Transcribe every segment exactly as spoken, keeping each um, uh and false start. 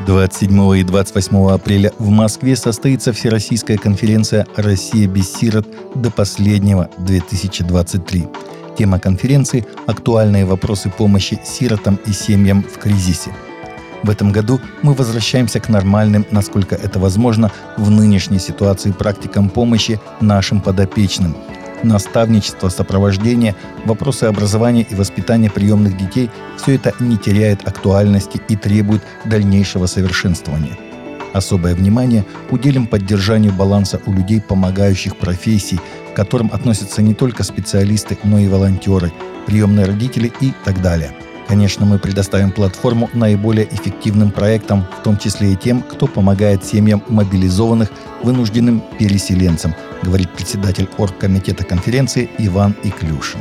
двадцать седьмого и двадцать восьмого апреля в Москве состоится Всероссийская конференция «Россия без сирот до последнего две тысячи двадцать три». Тема конференции – актуальные вопросы помощи сиротам и семьям в кризисе. В этом году мы возвращаемся к нормальным, насколько это возможно, в нынешней ситуации практикам помощи нашим подопечным. Наставничество, сопровождение, вопросы образования и воспитания приемных детей – все это не теряет актуальности и требует дальнейшего совершенствования. Особое внимание уделим поддержанию баланса у людей, помогающих профессий, к которым относятся не только специалисты, но и волонтеры, приемные родители и так далее. Конечно, мы предоставим платформу наиболее эффективным проектам, в том числе и тем, кто помогает семьям мобилизованных, вынужденным переселенцам, говорит председатель оргкомитета конференции Иван Иклюшин.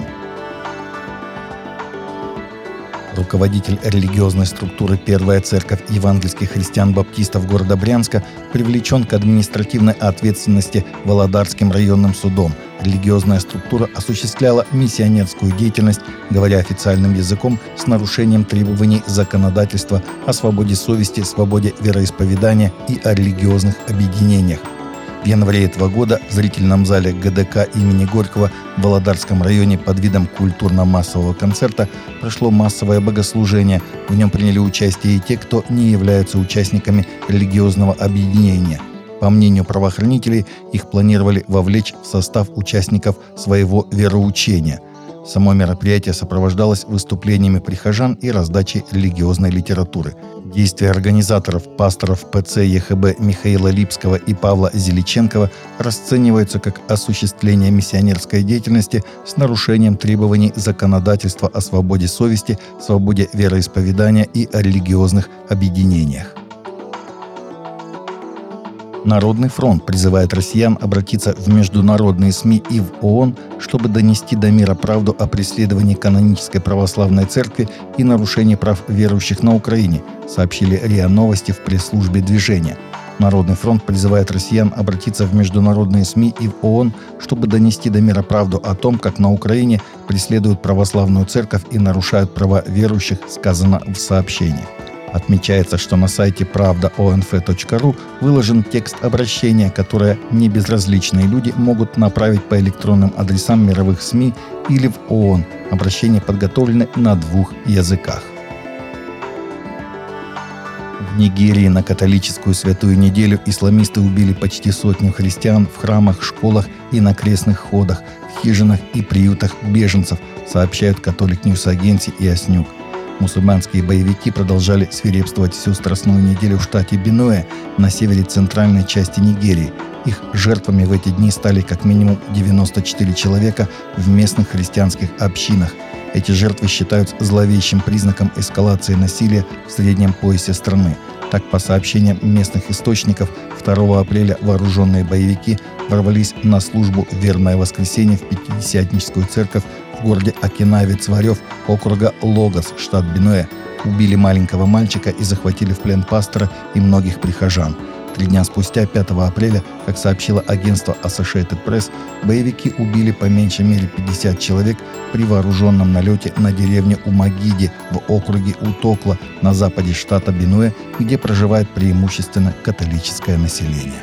Руководитель религиозной структуры «Первая церковь евангельских христиан-баптистов» города Брянска привлечен к административной ответственности Володарским районным судом. Религиозная структура осуществляла миссионерскую деятельность, говоря официальным языком, с нарушением требований законодательства о свободе совести, свободе вероисповедания и о религиозных объединениях. В январе этого года в зрительном зале гэ дэ ка имени Горького в Володарском районе под видом культурно-массового концерта прошло массовое богослужение. В нем приняли участие и те, кто не являются участниками религиозного объединения. По мнению правоохранителей, их планировали вовлечь в состав участников своего вероучения. Само мероприятие сопровождалось выступлениями прихожан и раздачей религиозной литературы. Действия организаторов, пасторов пэ цэ е ха бэ Михаила Липского и Павла Зеличенкова расцениваются как осуществление миссионерской деятельности с нарушением требований законодательства о свободе совести, свободе вероисповедания и о религиозных объединениях. Народный фронт призывает россиян обратиться в международные СМИ и в о о эн, чтобы донести до мира правду о преследовании канонической православной церкви и нарушении прав верующих на Украине, сообщили РИА Новости в пресс-службе движения. Народный фронт призывает россиян обратиться в международные СМИ и в о о эн, чтобы донести до мира правду о том, как на Украине преследуют православную церковь и нарушают права верующих, сказано в сообщении. Отмечается, что на сайте правда о эн эф точка ру выложен текст обращения, которое небезразличные люди могут направить по электронным адресам мировых СМИ или в о о эн. Обращения подготовлены на двух языках. В Нигерии на католическую святую неделю исламисты убили почти сотню христиан в храмах, школах и на крестных ходах, в хижинах и приютах беженцев, сообщают Catholic News Agency и Оснюк. Мусульманские боевики продолжали свирепствовать всю Страстную неделю в штате Бенуэ на севере центральной части Нигерии. Их жертвами в эти дни стали как минимум девяносто четыре человека в местных христианских общинах. Эти жертвы считаются зловещим признаком эскалации насилия в среднем поясе страны. Так, по сообщениям местных источников, второго апреля вооруженные боевики ворвались на службу в вербное воскресенье в Пятидесятническую церковь в городе Окинаве-Цварев округа Логос, штат Бенуэ. Убили маленького мальчика и захватили в плен пастора и многих прихожан. Три дня спустя, пятого апреля, как сообщило агентство Associated Press, боевики убили по меньшей мере пятьдесят человек при вооруженном налете на деревню Умагиди в округе Утокла на западе штата Бенуэ, где проживает преимущественно католическое население.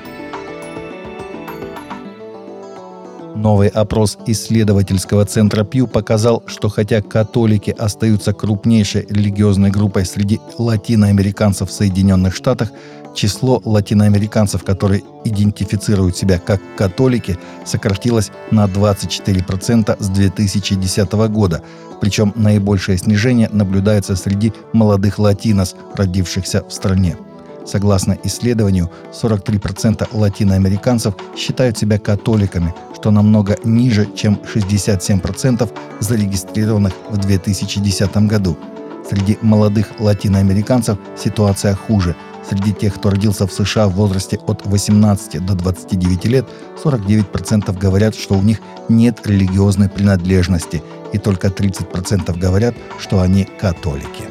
Новый опрос исследовательского центра Пью показал, что хотя католики остаются крупнейшей религиозной группой среди латиноамериканцев в Соединенных Штатах, число латиноамериканцев, которые идентифицируют себя как католики, сократилось на двадцать четыре процента с две тысячи десятого года. Причем наибольшее снижение наблюдается среди молодых латинос, родившихся в стране. Согласно исследованию, сорок три процента латиноамериканцев считают себя католиками, что намного ниже, чем шестьдесят семь процентов зарегистрированных в две тысячи десятом году. Среди молодых латиноамериканцев ситуация хуже. Среди тех, кто родился в США в возрасте от восемнадцати до двадцати девяти лет, сорок девять процентов говорят, что у них нет религиозной принадлежности, и только тридцать процентов говорят, что они католики.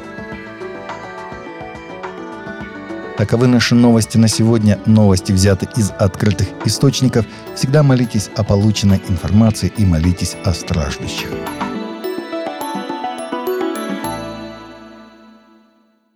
Таковы наши новости на сегодня. Новости взяты из открытых источников. Всегда молитесь о полученной информации и молитесь о страждущих.